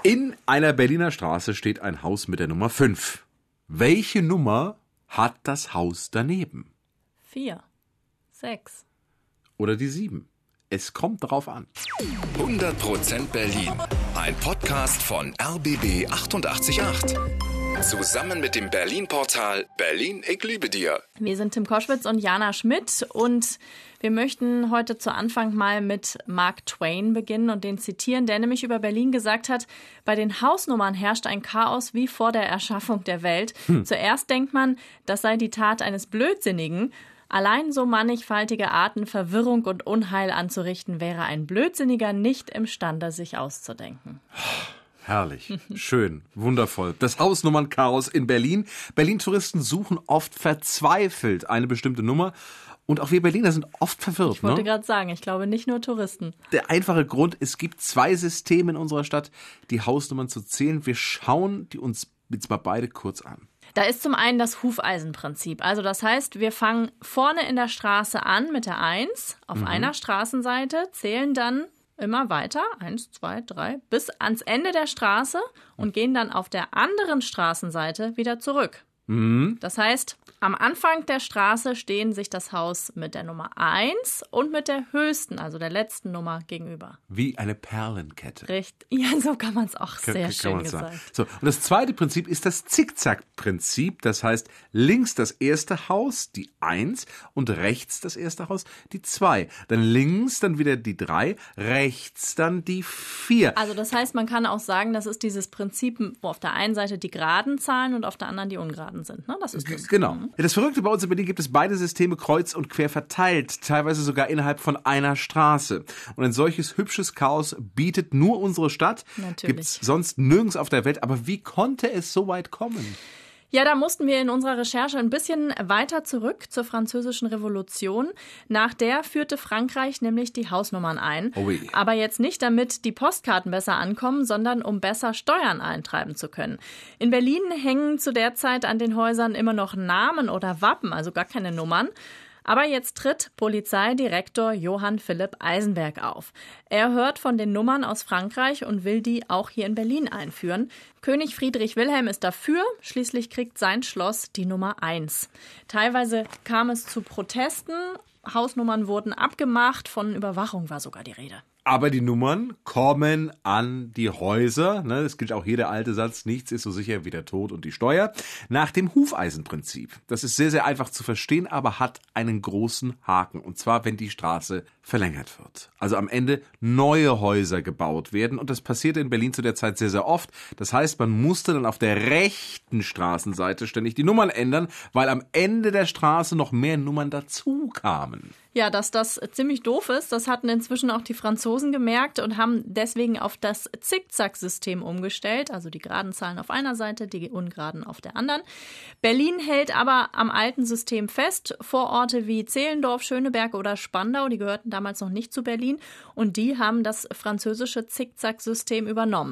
In einer Berliner Straße steht ein Haus mit der Nummer 5. Welche Nummer hat das Haus daneben? 4, 6. Oder die 7? Es kommt darauf an. 100% Berlin. Ein Podcast von RBB 888. Zusammen mit dem Berlin-Portal Berlin, ich liebe dir. Wir sind Tim Koschwitz und Jana Schmidt und wir möchten heute zu Anfang mal mit Mark Twain beginnen und den zitieren, der nämlich über Berlin gesagt hat, bei den Hausnummern herrscht ein Chaos wie vor der Erschaffung der Welt. Zuerst denkt man, das sei die Tat eines Blödsinnigen. Allein so mannigfaltige Arten, Verwirrung und Unheil anzurichten, wäre ein Blödsinniger nicht imstande, sich auszudenken. Herrlich, schön, wundervoll. Das Hausnummernchaos in Berlin. Berlin-Touristen suchen oft verzweifelt eine bestimmte Nummer. Und auch wir Berliner sind oft verwirrt. Ich wollte gerade sagen, ich glaube nicht nur Touristen. Der einfache Grund, es gibt 2 Systeme in unserer Stadt, die Hausnummern zu zählen. Wir schauen die uns jetzt mal beide kurz an. Da ist zum einen das Hufeisenprinzip. Also das heißt, wir fangen vorne in der Straße an mit der 1 auf einer Straßenseite, zählen dann immer weiter, 1, 2, 3, bis ans Ende der Straße und gehen dann auf der anderen Straßenseite wieder zurück. Das heißt, am Anfang der Straße stehen sich das Haus mit der Nummer 1 und mit der höchsten, also der letzten Nummer gegenüber. Wie eine Perlenkette. Richtig. Ja, so kann man es auch sehr schön gesagt. So, und das zweite Prinzip ist das Zickzack-Prinzip. Das heißt, links das erste Haus, die 1, und rechts das erste Haus, die 2. Dann links dann wieder die 3, rechts dann die 4. Also das heißt, man kann auch sagen, das ist dieses Prinzip, wo auf der einen Seite die geraden Zahlen und auf der anderen die ungeraden sind. Ne? Das ist das. Genau. Ja, das Verrückte bei uns in Berlin gibt es beide Systeme kreuz und quer verteilt, teilweise sogar innerhalb von einer Straße. Und ein solches hübsches Chaos bietet nur unsere Stadt. Natürlich. Gibt es sonst nirgends auf der Welt. Aber wie konnte es so weit kommen? Ja, da mussten wir in unserer Recherche ein bisschen weiter zurück zur Französischen Revolution. Nach der führte Frankreich nämlich die Hausnummern ein. Oh je. Aber jetzt nicht, damit die Postkarten besser ankommen, sondern um besser Steuern eintreiben zu können. In Berlin hängen zu der Zeit an den Häusern immer noch Namen oder Wappen, also gar keine Nummern. Aber jetzt tritt Polizeidirektor Johann Philipp Eisenberg auf. Er hört von den Nummern aus Frankreich und will die auch hier in Berlin einführen. König Friedrich Wilhelm ist dafür. Schließlich kriegt sein Schloss die Nummer 1. Teilweise kam es zu Protesten. Hausnummern wurden abgemacht. Von Überwachung war sogar die Rede. Aber die Nummern kommen an die Häuser. Das gilt auch hier der alte Satz, nichts ist so sicher wie der Tod und die Steuer. Nach dem Hufeisenprinzip. Das ist sehr, sehr einfach zu verstehen, aber hat einen großen Haken. Und zwar, wenn die Straße verlängert wird. Also am Ende neue Häuser gebaut werden. Und das passierte in Berlin zu der Zeit sehr, sehr oft. Das heißt, man musste dann auf der rechten Straßenseite ständig die Nummern ändern, weil am Ende der Straße noch mehr Nummern dazu kamen. Ja, dass das ziemlich doof ist, das hatten inzwischen auch die Franzosen gemerkt und haben deswegen auf das Zickzack-System umgestellt. Also die geraden Zahlen auf einer Seite, die ungeraden auf der anderen. Berlin hält aber am alten System fest. Vororte wie Zehlendorf, Schöneberg oder Spandau, die gehörten damals noch nicht zu Berlin. Und die haben das französische Zickzack-System übernommen.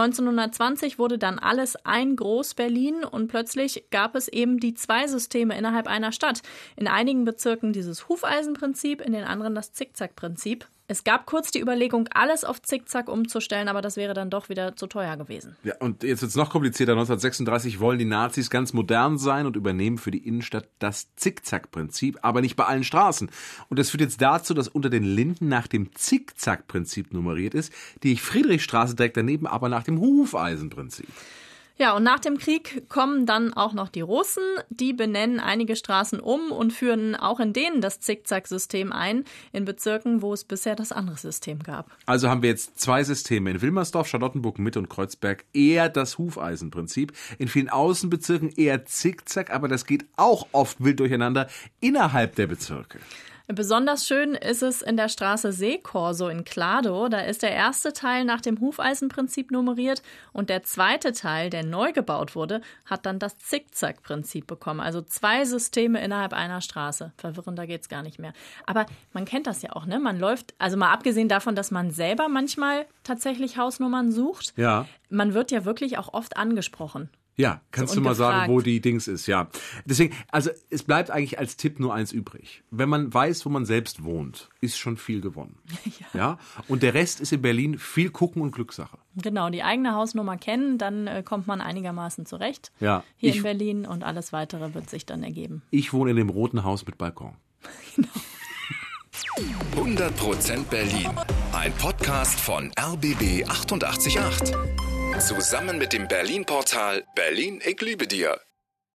1920 wurde dann alles ein Groß-Berlin und plötzlich gab es eben die 2 Systeme innerhalb einer Stadt. In einigen Bezirken dieses Hufeisenprinzip, in den anderen das Zickzack-Prinzip. Es gab kurz die Überlegung, alles auf Zickzack umzustellen, aber das wäre dann doch wieder zu teuer gewesen. Ja, und jetzt wird es noch komplizierter. 1936 wollen die Nazis ganz modern sein und übernehmen für die Innenstadt das Zickzack-Prinzip, aber nicht bei allen Straßen. Und das führt jetzt dazu, dass unter den Linden nach dem Zickzack-Prinzip nummeriert ist, die Friedrichstraße direkt daneben aber nach dem Hufeisenprinzip. Ja, und nach dem Krieg kommen dann auch noch die Russen. Die benennen einige Straßen um und führen auch in denen das Zickzack-System ein, in Bezirken, wo es bisher das andere System gab. Also haben wir jetzt 2 Systeme. In Wilmersdorf, Charlottenburg, Mitte und Kreuzberg eher das Hufeisenprinzip. In vielen Außenbezirken eher Zickzack, aber das geht auch oft wild durcheinander innerhalb der Bezirke. Besonders schön ist es in der Straße Seekorso in Kladow. Da ist der erste Teil nach dem Hufeisenprinzip nummeriert und der zweite Teil, der neu gebaut wurde, hat dann das Zickzack-Prinzip bekommen. Also 2 Systeme innerhalb einer Straße. Verwirrender geht's gar nicht mehr. Aber man kennt das ja auch, ne? Man läuft, also mal abgesehen davon, dass man selber manchmal tatsächlich Hausnummern sucht, Ja. man wird ja wirklich auch oft angesprochen. Ja, kannst du mal sagen, wo die Dings ist, ja. Deswegen, also es bleibt eigentlich als Tipp nur eins übrig. Wenn man weiß, wo man selbst wohnt, ist schon viel gewonnen. Ja. Und der Rest ist in Berlin viel gucken und Glückssache. Genau, die eigene Hausnummer kennen, dann kommt man einigermaßen zurecht hier in Berlin und alles Weitere wird sich dann ergeben. Ich wohne in dem roten Haus mit Balkon. Genau. 100% Berlin. Ein Podcast von RBB 888. Zusammen mit dem Berlin-Portal Berlin, ich liebe dir.